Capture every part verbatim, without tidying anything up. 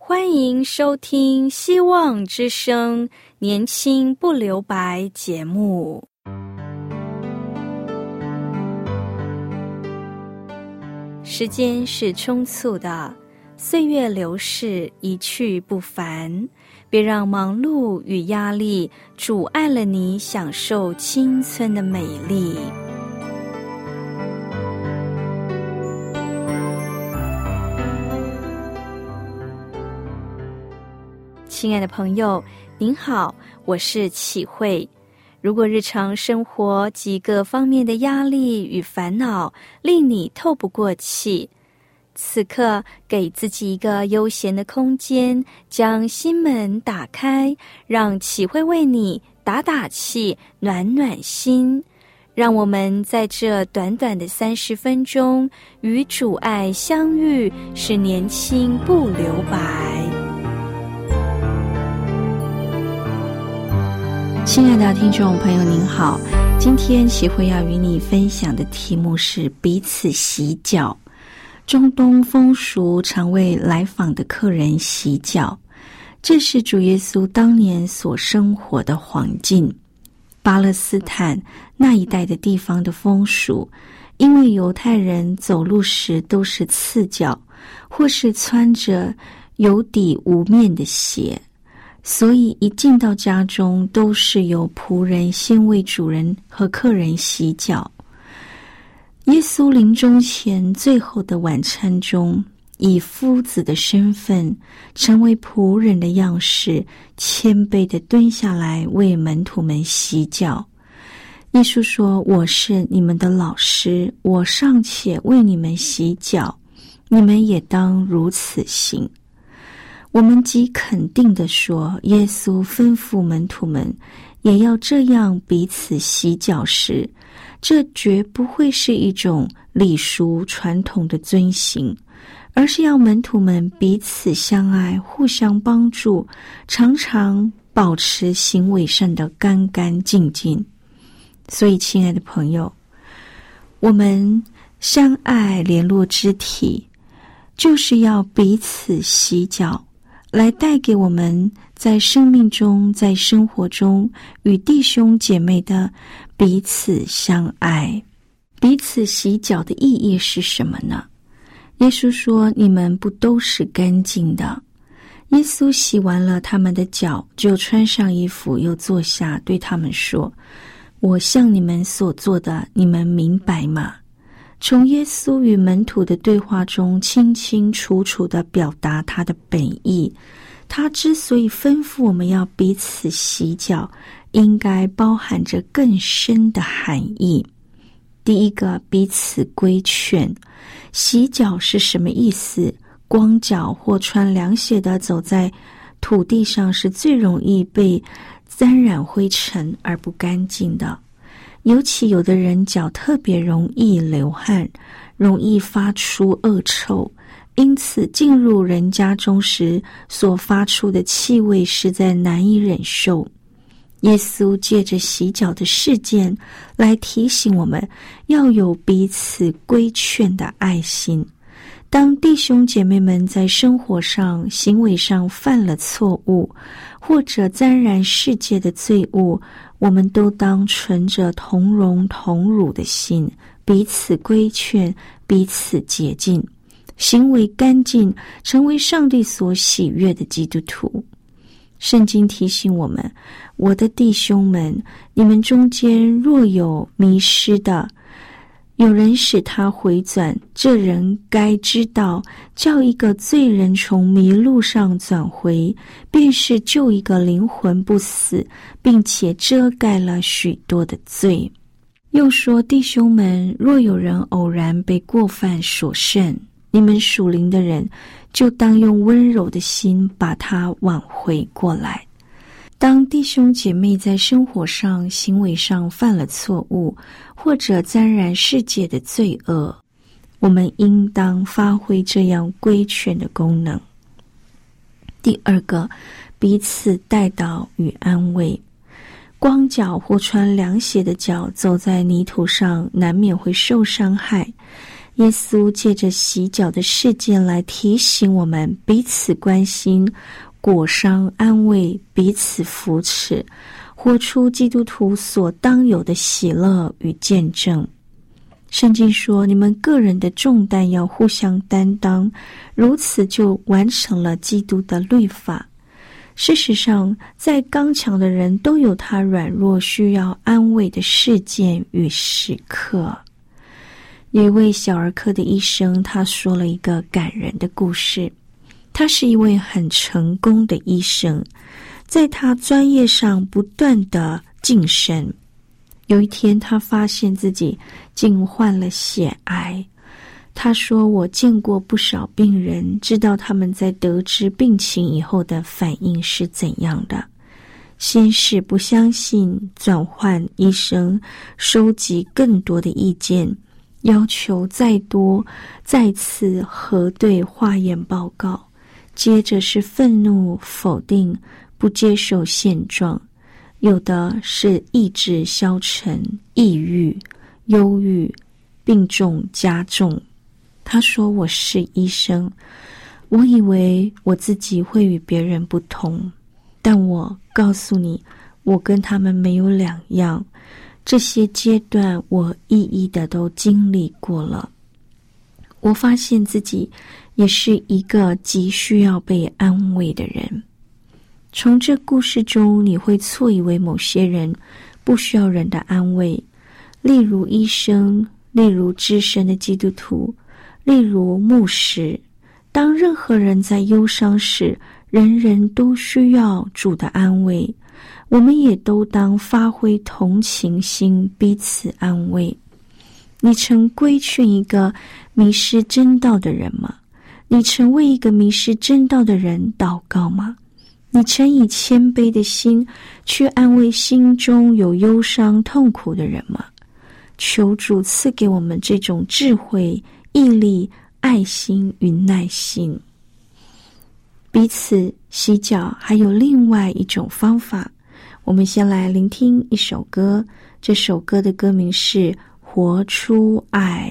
欢迎收听希望之声年轻不留白节目。时间是匆促的，岁月流逝，一去不返，别让忙碌与压力阻碍了你享受青春的美丽。亲爱的朋友，您好，我是启慧。如果日常生活几个方面的压力与烦恼令你透不过气，此刻给自己一个悠闲的空间，将心门打开，让启慧为你打打气，暖暖心。让我们在这短短的三十分钟与主爱相遇，使年轻不留白。亲爱的听众朋友您好，今天启慧要与你分享的题目是彼此洗脚。中东风俗常为来访的客人洗脚，这是主耶稣当年所生活的环境。巴勒斯坦那一带的地方的风俗，因为犹太人走路时都是赤脚，或是穿着有底无面的鞋，所以一进到家中都是由仆人先为主人和客人洗脚。耶稣临终前最后的晚餐中，以夫子的身份成为仆人的样式，谦卑地蹲下来为门徒们洗脚。耶稣说，我是你们的老师，我尚且为你们洗脚，你们也当如此行。我们极肯定地说，耶稣吩咐门徒们也要这样彼此洗脚时，这绝不会是一种礼俗传统的遵行，而是要门徒们彼此相爱，互相帮助，常常保持行为上的干干净净。所以亲爱的朋友，我们相爱联络肢体，就是要彼此洗脚，来带给我们在生命中，在生活中与弟兄姐妹的彼此相爱。彼此洗脚的意义是什么呢？耶稣说，你们不都是干净的？耶稣洗完了他们的脚，就穿上衣服，又坐下，对他们说，我向你们所做的，你们明白吗？从耶稣与门徒的对话中，清清楚楚地表达他的本意。他之所以吩咐我们要彼此洗脚，应该包含着更深的含义。第一个，彼此规劝。洗脚是什么意思？光脚或穿凉鞋的走在土地上，是最容易被沾染灰尘而不干净的。尤其有的人脚特别容易流汗，容易发出恶臭，因此进入人家中时所发出的气味实在难以忍受。耶稣借着洗脚的事件来提醒我们要有彼此规劝的爱心。当弟兄姐妹们在生活上、行为上犯了错误，或者沾染世界的罪恶，我们都当存着同荣同辱的心，彼此规劝，彼此洁净，行为干净，成为上帝所喜悦的基督徒。圣经提醒我们，我的弟兄们，你们中间若有迷失的，有人使他回转，这人该知道，叫一个罪人从迷路上转回，便是救一个灵魂不死，并且遮盖了许多的罪。又说，弟兄们，若有人偶然被过犯所胜，你们属灵的人就当用温柔的心把他挽回过来。当弟兄姐妹在生活上、行为上犯了错误，或者沾染世界的罪恶，我们应当发挥这样规劝的功能。第二个，彼此代祷与安慰。光脚或穿凉鞋的脚走在泥土上，难免会受伤害。 耶稣借着洗脚的事件来提醒我们彼此关心，裹伤安慰，彼此扶持，活出基督徒所当有的喜乐与见证。圣经说，你们个人的重担要互相担当，如此就完成了基督的律法。事实上，再刚强的人都有他软弱需要安慰的事件与时刻。有一位小儿科的医生，他说了一个感人的故事。他是一位很成功的医生，在他专业上不断的晋升。有一天，他发现自己竟患了血癌。他说，我见过不少病人，知道他们在得知病情以后的反应是怎样的。先是不相信，转换医生，收集更多的意见，要求再多，再次核对化验报告，接着是愤怒、否定，不接受现状，有的是意志消沉、抑郁、忧郁，病重加重。他说，我是医生，我以为我自己会与别人不同，但我告诉你，我跟他们没有两样。这些阶段我一一的都经历过了。我发现自己也是一个极需要被安慰的人。从这故事中，你会错以为某些人不需要人的安慰，例如医生，例如资深的基督徒，例如牧师。当任何人在忧伤时，人人都需要主的安慰，我们也都当发挥同情心，彼此安慰。你曾规劝一个迷失真道的人吗？你曾为一个迷失真道的人祷告吗？你曾以谦卑的心去安慰心中有忧伤痛苦的人吗？求主赐给我们这种智慧、毅力、爱心与耐心。彼此洗脚还有另外一种方法，我们先来聆听一首歌，这首歌的歌名是《活出爱》。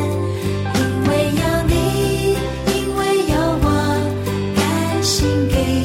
给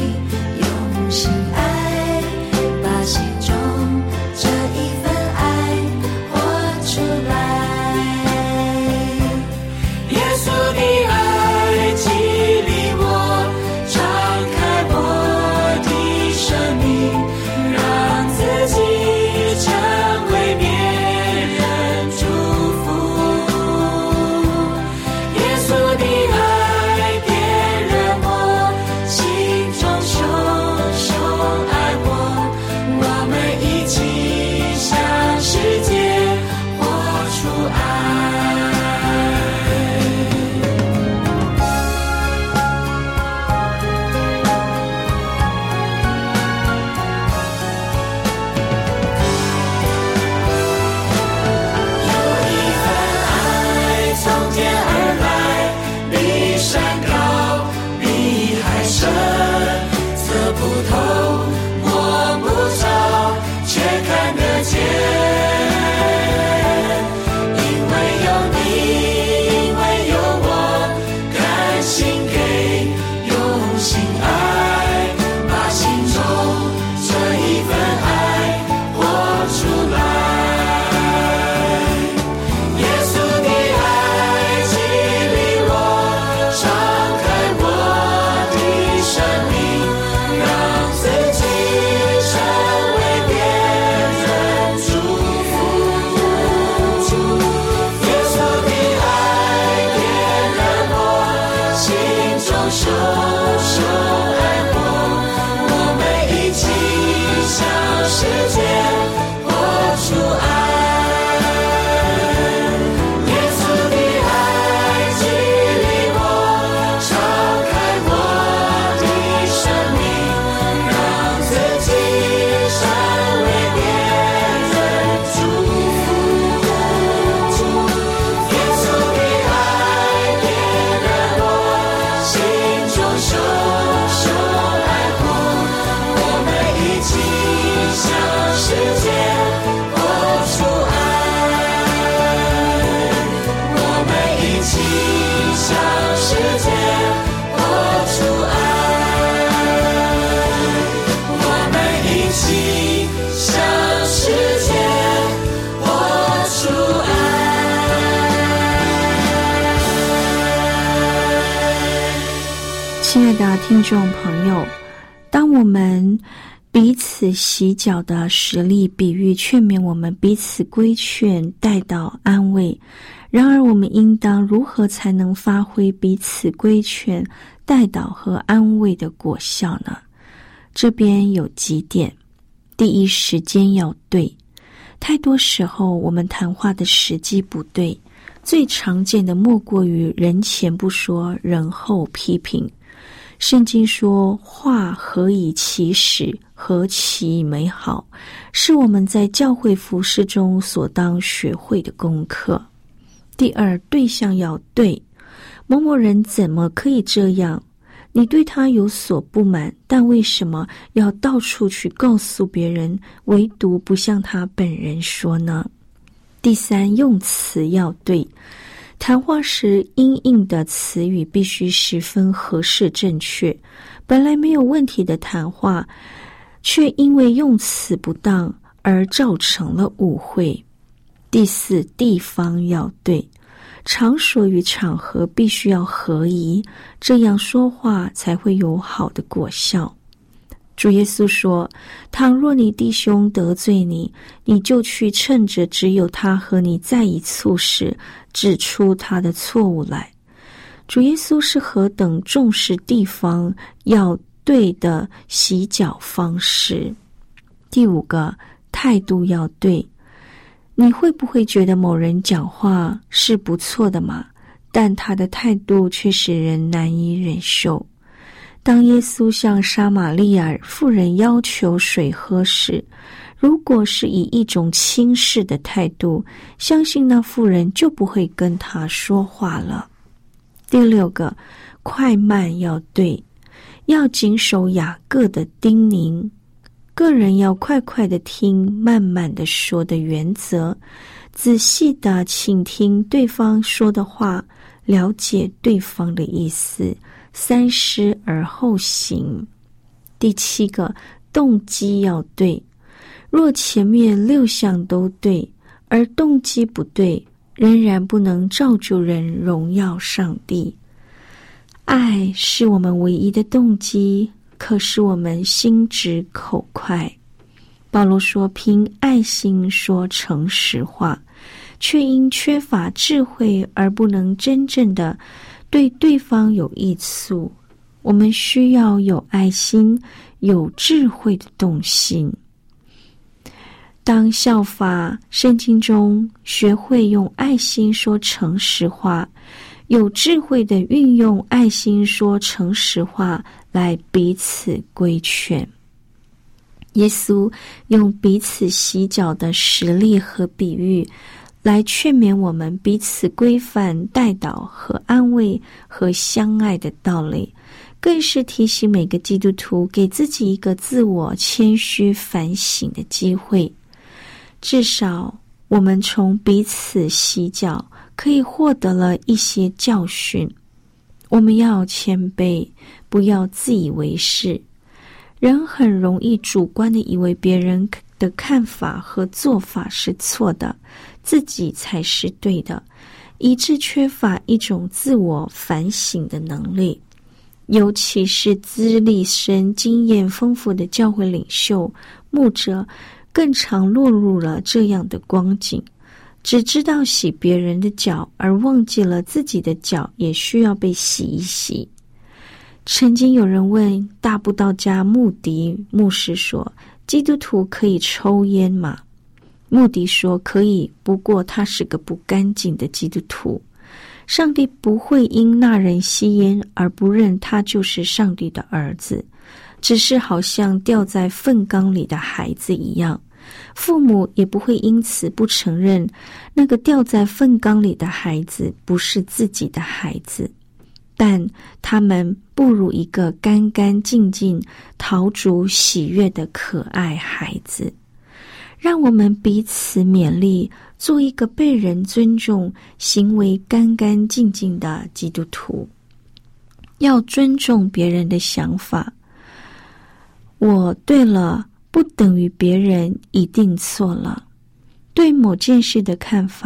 亲爱的听众朋友，当我们彼此洗脚的实例比喻劝勉我们彼此规劝带导安慰，然而我们应当如何才能发挥彼此规劝带导和安慰的果效呢？这边有几点。第一，时间要对。太多时候我们谈话的时机不对，最常见的莫过于人前不说，人后批评。圣经说，话何以启始，何其美好，是我们在教会服事中所当学会的功课。第二，对象要对。某某人怎么可以这样？你对他有所不满，但为什么要到处去告诉别人，唯独不向他本人说呢？第三，用词要对。谈话时因应的词语必须十分合适正确，本来没有问题的谈话，却因为用词不当而造成了误会。第四，地方要对。场所与场合必须要合宜，这样说话才会有好的果效。主耶稣说，倘若你弟兄得罪你，你就去趁着只有他和你在一处时，指出他的错误来。主耶稣是何等重视地方要对的洗脚方式。第五个，态度要对。你会不会觉得某人讲话是不错的嘛？但他的态度却使人难以忍受。当耶稣向撒玛利亚妇人要求水喝时，如果是以一种轻视的态度，相信那妇人就不会跟他说话了。第六个，快慢要对。要谨守雅各的叮咛，个人要快快的听，慢慢的说的原则，仔细的倾听对方说的话，了解对方的意思，三思而后行。第七个，动机要对。若前面六项都对，而动机不对，仍然不能造就人荣耀上帝。爱是我们唯一的动机，可使我们心直口快。保罗说，凭爱心说诚实话，却因缺乏智慧而不能真正的对对方有益处。我们需要有爱心、有智慧的动心。当效法圣经中学会用爱心说诚实话，有智慧的运用爱心说诚实话来彼此规劝。耶稣用彼此洗脚的实例和比喻来劝勉我们彼此规范带导和安慰和相爱的道理，更是提醒每个基督徒给自己一个自我谦虚反省的机会。至少我们从彼此洗脚可以获得了一些教训。我们要谦卑，不要自以为是。人很容易主观地以为别人的看法和做法是错的，自己才是对的，以致缺乏一种自我反省的能力。尤其是资历深、经验丰富的教会领袖、牧者，更常落入了这样的光景，只知道洗别人的脚，而忘记了自己的脚也需要被洗一洗。曾经有人问大布道家穆迪牧师说，基督徒可以抽烟吗？穆迪说可以，不过他是个不干净的基督徒。上帝不会因那人吸烟而不认他就是上帝的儿子，只是好像掉在粪缸里的孩子一样，父母也不会因此不承认那个掉在粪缸里的孩子不是自己的孩子，但他们不如一个干干净净、陶铸喜悦的可爱孩子。让我们彼此勉励，做一个被人尊重、行为干干净净的基督徒。要尊重别人的想法。我对了，不等于别人一定错了。对某件事的看法，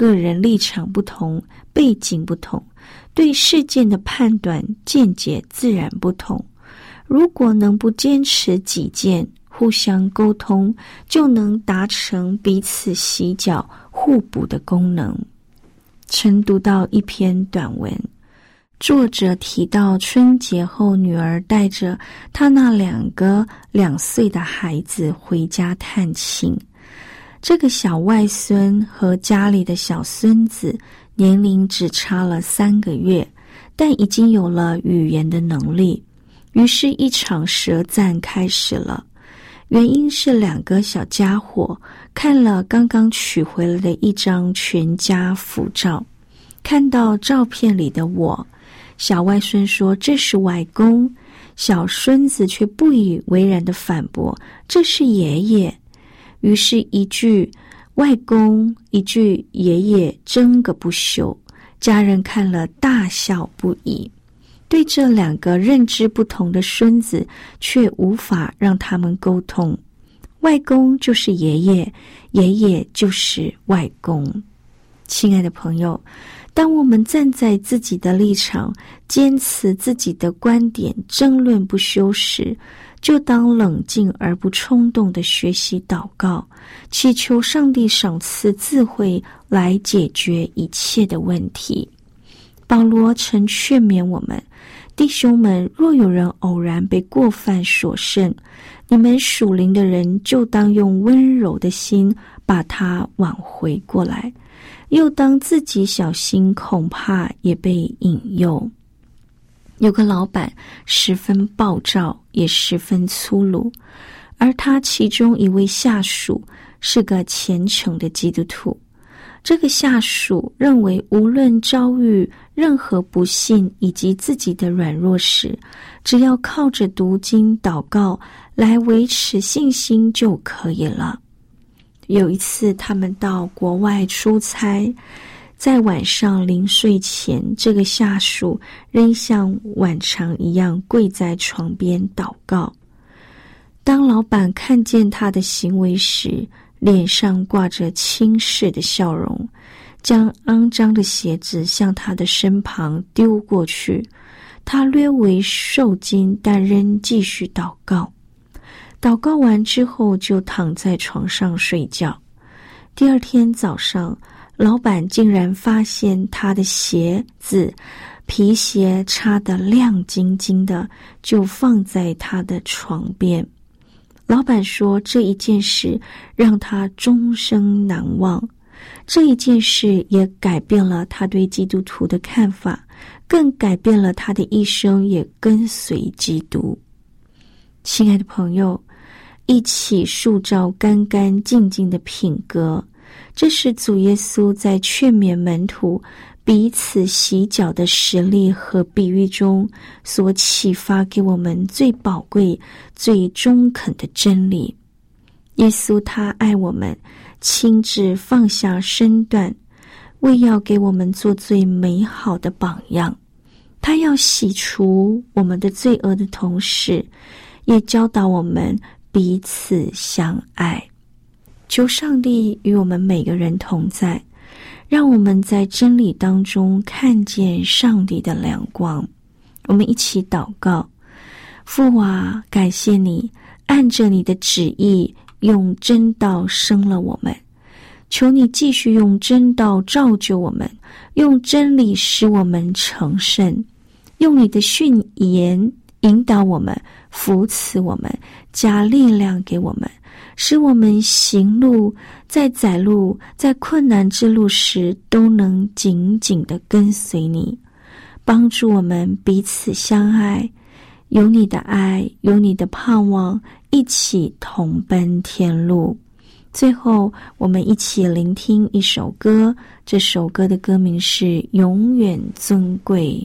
个人立场不同，背景不同，对事件的判断见解自然不同。如果能不坚持己见，互相沟通，就能达成彼此洗脚互补的功能。曾读到一篇短文，作者提到春节后女儿带着她那两个两岁的孩子回家探亲。这个小外孙和家里的小孙子年龄只差了三个月，但已经有了语言的能力。于是一场舌战开始了。原因是两个小家伙看了刚刚取回来的一张全家福照，看到照片里的我，小外孙说这是外公，小孙子却不以为然地反驳这是爷爷。于是一句外公一句爷爷争个不休，家人看了大笑不已。对这两个认知不同的孙子却无法让他们沟通，外公就是爷爷，爷爷就是外公。亲爱的朋友，当我们站在自己的立场，坚持自己的观点，争论不休时，就当冷静而不冲动地学习祷告，祈求上帝赏赐智慧来解决一切的问题。保罗曾劝勉我们，弟兄们，若有人偶然被过犯所胜，你们属灵的人就当用温柔的心把他挽回过来，又当自己小心，恐怕也被引诱。有个老板十分暴躁，也十分粗鲁，而他其中一位下属是个虔诚的基督徒。这个下属认为，无论遭遇任何不幸以及自己的软弱时，只要靠着读经祷告来维持信心就可以了。有一次他们到国外出差，在晚上临睡前，这个下属仍像往常一样跪在床边祷告。当老板看见他的行为时，脸上挂着轻视的笑容，将肮脏的鞋子向他的身旁丢过去。他略微受惊，但仍继续祷告。祷告完之后，就躺在床上睡觉。第二天早上，老板竟然发现他的鞋子皮鞋擦得亮晶晶的，就放在他的床边。老板说，这一件事让他终生难忘，这一件事也改变了他对基督徒的看法，更改变了他的一生，也跟随基督。亲爱的朋友，一起塑造干干净净的品格，这是主耶稣在劝勉门徒彼此洗脚的实例和比喻中所启发给我们最宝贵最中肯的真理。耶稣他爱我们，亲自放下身段，为要给我们做最美好的榜样。他要洗除我们的罪恶的同时，也教导我们彼此相爱。求上帝与我们每个人同在，让我们在真理当中看见上帝的亮光。我们一起祷告。父啊，感谢你按着你的旨意用真道生了我们，求你继续用真道造就我们，用真理使我们成圣，用你的训言引导我们，扶持我们，加力量给我们，使我们行路，在窄路，在困难之路时都能紧紧地跟随你，帮助我们彼此相爱，有你的爱，有你的盼望，一起同奔天路。最后我们一起聆听一首歌，这首歌的歌名是《永远尊贵》。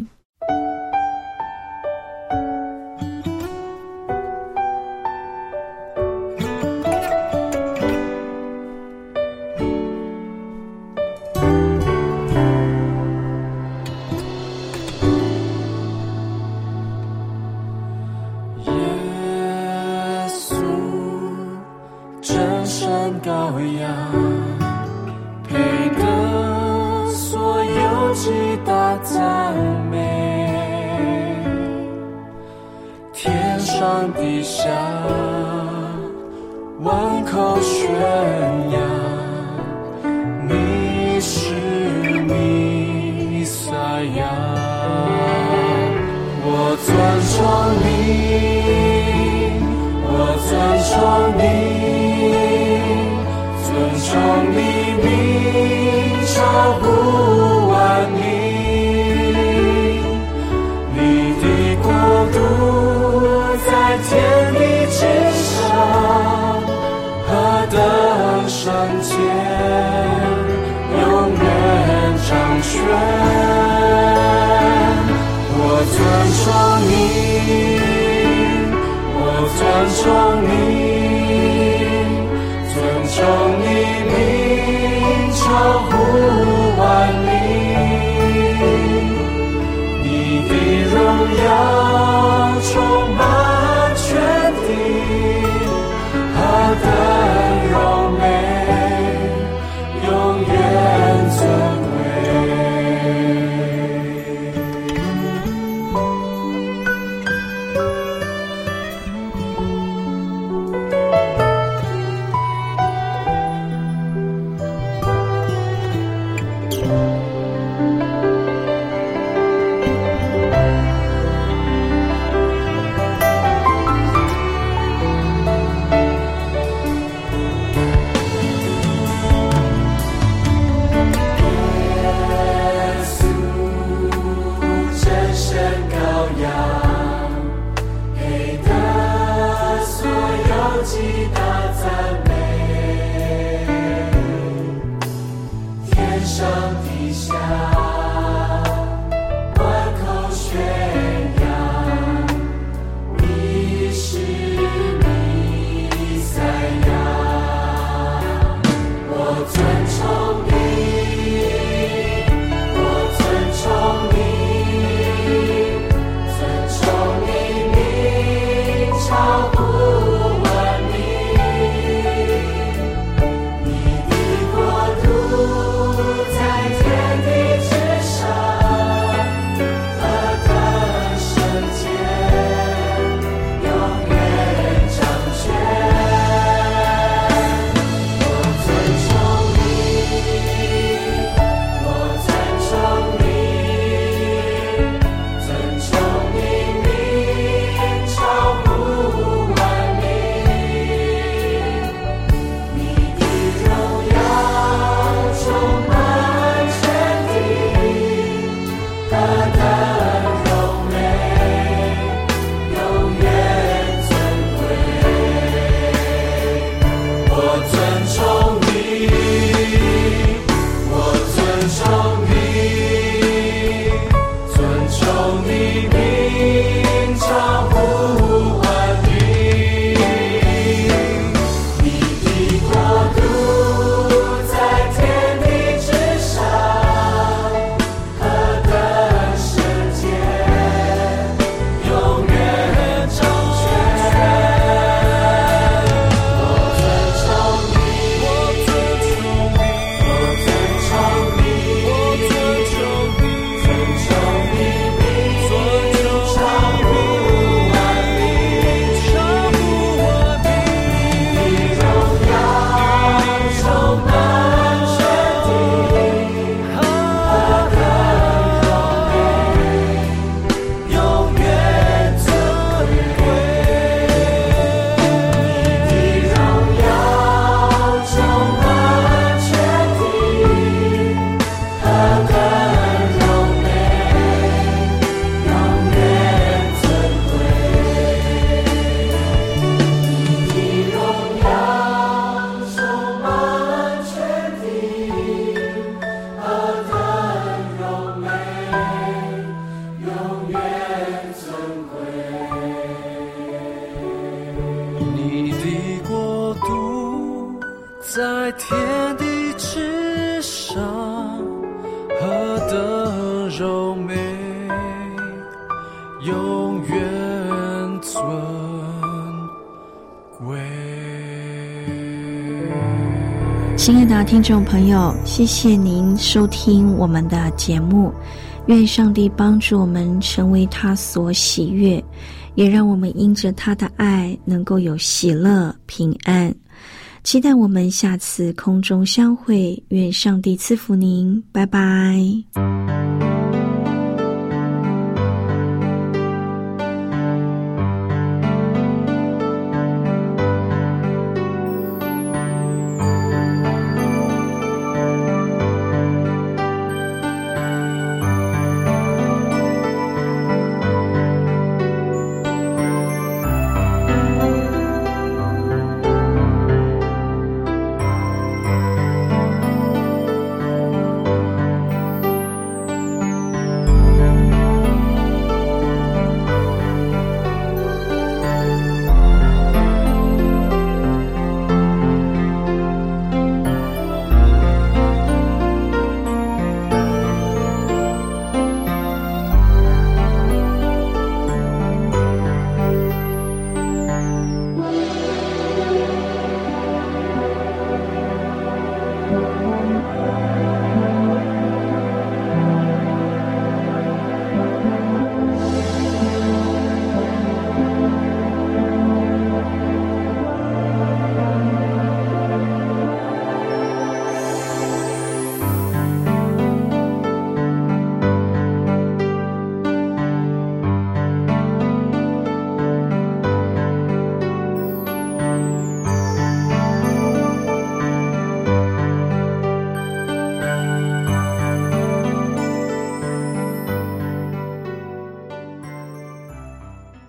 羔羊配得地下，万口宣扬，你是弥赛亚。我尊崇你，我尊崇你，尊崇你名超乎万民，你的国度在天地之上，何等圣洁，永远掌权。我尊崇你，我尊崇你，尊崇你名超乎万民，你的荣耀充满全地，何等荣美，永远尊贵。 在天地之上，何等柔美，永远尊贵。 亲爱的听众朋友，谢谢您收听我们的节目。 愿上帝帮助我们成为他所喜悦，也让我们因着他的爱能够有喜乐平安。期待我们下次空中相会，愿上帝赐福您，拜拜。